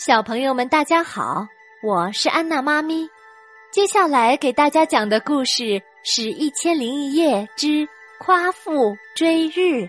小朋友们大家好，我是安娜妈咪。接下来给大家讲的故事是《1001夜之夸父追日》。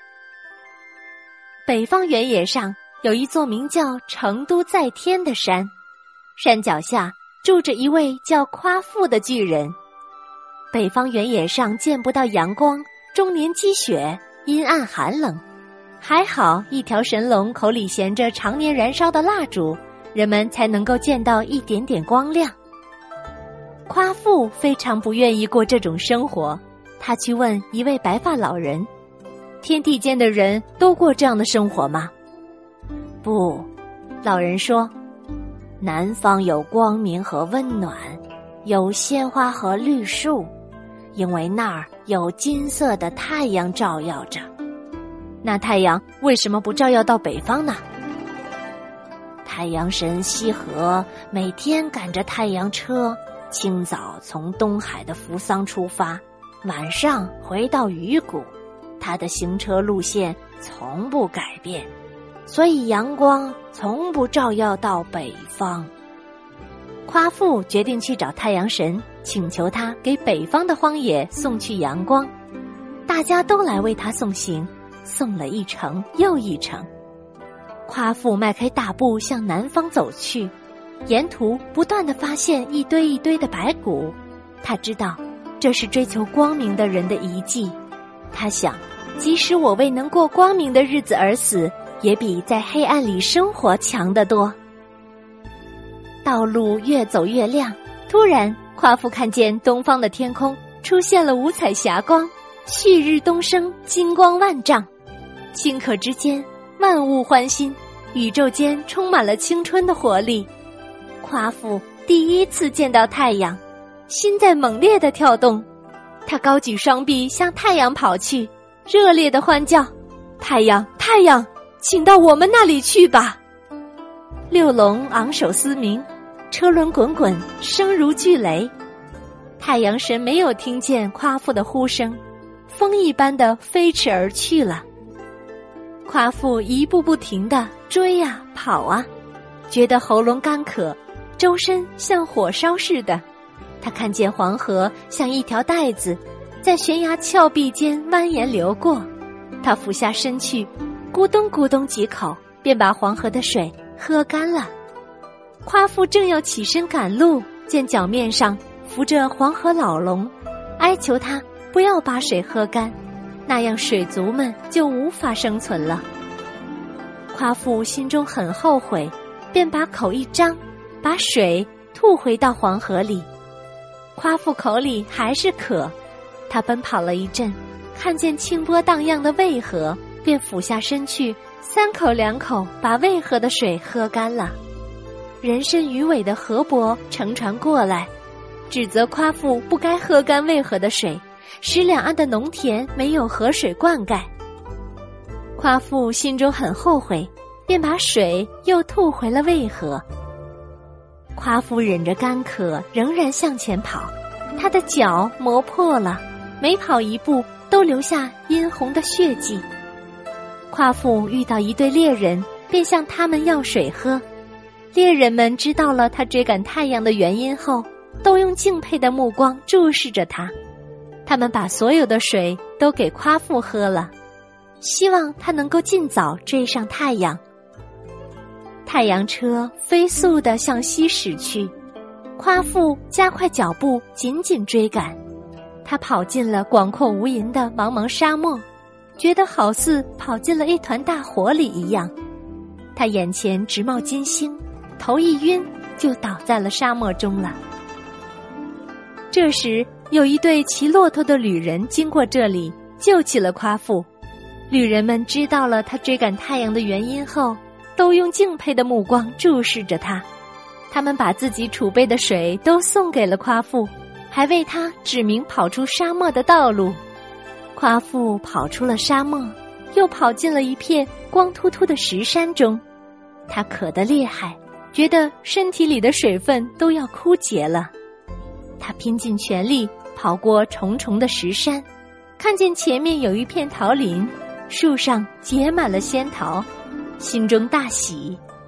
北方原野上有一座名叫成都在天的山，山脚下住着一位叫夸父的巨人。北方原野上见不到阳光，终年积雪，阴暗寒冷。还好一条神龙口里衔着常年燃烧的蜡烛，人们才能够见到一点点光亮。夸父非常不愿意过这种生活，他去问一位白发老人，天地间的人都过这样的生活吗？不，老人说，南方有光明和温暖，有鲜花和绿树，因为那儿有金色的太阳照耀着。那太阳为什么不照耀到北方呢？太阳神羲和每天赶着太阳车，清早从东海的扶桑出发，晚上回到鱼谷，他的行车路线从不改变，所以阳光从不照耀到北方。夸父决定去找太阳神，请求他给北方的荒野送去阳光。大家都来为他送行，送了一程又一程。夸父迈开大步向南方走去，沿途不断地发现一堆一堆的白骨。他知道这是追求光明的人的遗迹。他想，即使我为能过光明的日子而死，也比在黑暗里生活强得多。道路越走越亮，突然夸父看见东方的天空出现了五彩霞光，旭日东升，金光万丈。顷刻之间，万物欢欣，宇宙间充满了青春的活力。夸父第一次见到太阳，心在猛烈地跳动。他高举双臂向太阳跑去，热烈地欢叫：太阳，太阳，请到我们那里去吧！六龙昂首嘶鸣，车轮滚滚，声如巨雷。太阳神没有听见夸父的呼声，风一般的飞驰而去了。夸父一步不停地追啊跑啊，觉得喉咙干渴，周身像火烧似的。他看见黄河像一条带子，在悬崖峭壁间蜿蜒流过。他俯下身去，咕咚咕咚几口，便把黄河的水喝干了。夸父正要起身赶路，见脚面上浮着黄河老龙，哀求他不要把水喝干，那样水族们就无法生存了。夸父心中很后悔，便把口一张，把水吐回到黄河里。夸父口里还是渴，他奔跑了一阵，看见清波荡漾的渭河，便俯下身去，三口两口把渭河的水喝干了。人身鱼尾的河伯乘船过来，指责夸父不该喝干渭河的水，使两岸的农田没有河水灌溉。夸父心中很后悔，便把水又吐回了渭河。夸父忍着干渴，仍然向前跑，他的脚磨破了，每跑一步都留下殷红的血迹。夸父遇到一对猎人，便向他们要水喝。猎人们知道了他追赶太阳的原因后，都用敬佩的目光注视着他。他们把所有的水都给夸父喝了，希望他能够尽早追上太阳。太阳车飞速地向西驶去，夸父加快脚步，紧紧追赶。他跑进了广阔无垠的茫茫沙漠，觉得好似跑进了一团大火里一样。他眼前直冒金星，头一晕就倒在了沙漠中了。这时有一对骑骆驼的旅人经过这里，救起了夸父。旅人们知道了他追赶太阳的原因后，都用敬佩的目光注视着他。他们把自己储备的水都送给了夸父，还为他指明跑出沙漠的道路。夸父跑出了沙漠，又跑进了一片光秃秃的石山中。他渴得厉害，觉得身体里的水分都要枯竭了。他拼尽全力跑过重重的石山，看见前面有一片桃林，树上结满了仙桃，心中大喜，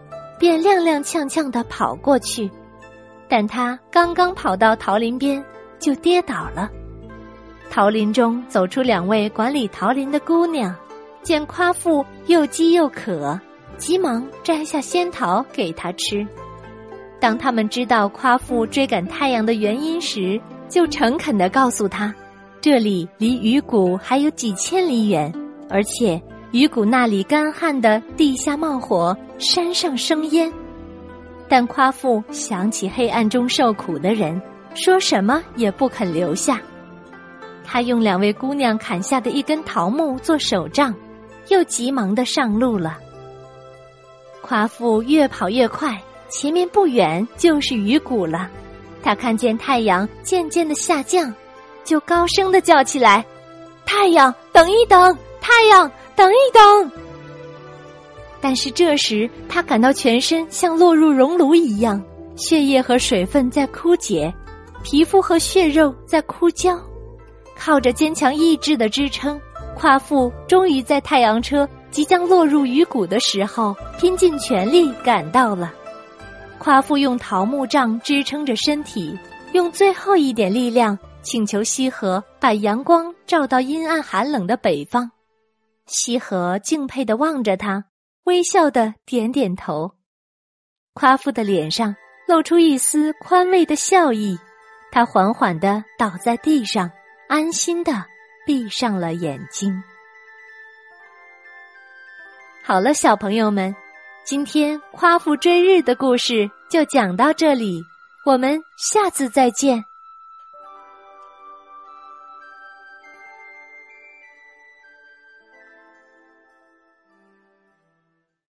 便踉踉跄跄地跑过去，但他刚刚跑到桃林边，就跌倒了。桃林中走出2位管理桃林的姑娘，见夸父又饥又渴，急忙摘下仙桃给他吃。当他们知道夸父追赶太阳的原因时，就诚恳地告诉他，这里离鱼谷还有几千里远，而且鱼谷那里干旱的地下冒火，山上生烟。但夸父想起黑暗中受苦的人，说什么也不肯留下。他用2位姑娘砍下的一根桃木做手杖，又急忙地上路了。夸父越跑越快，前面不远就是鱼谷了。他看见太阳渐渐地下降，就高声地叫起来，太阳等一等，太阳等一等。但是这时他感到全身像落入熔炉一样，血液和水分在枯竭，皮肤和血肉在枯焦。靠着坚强意志的支撑，夸父终于在太阳车即将落入鱼谷的时候，拼尽全力赶到了。夸父用桃木杖支撑着身体，用最后一点力量请求西河把阳光照到阴暗寒冷的北方。西河敬佩地望着他，微笑地点点头。夸父的脸上露出一丝宽慰的笑意，他缓缓地倒在地上，安心地闭上了眼睛。好了，小朋友们，今天夸父追日的故事就讲到这里，我们下次再见。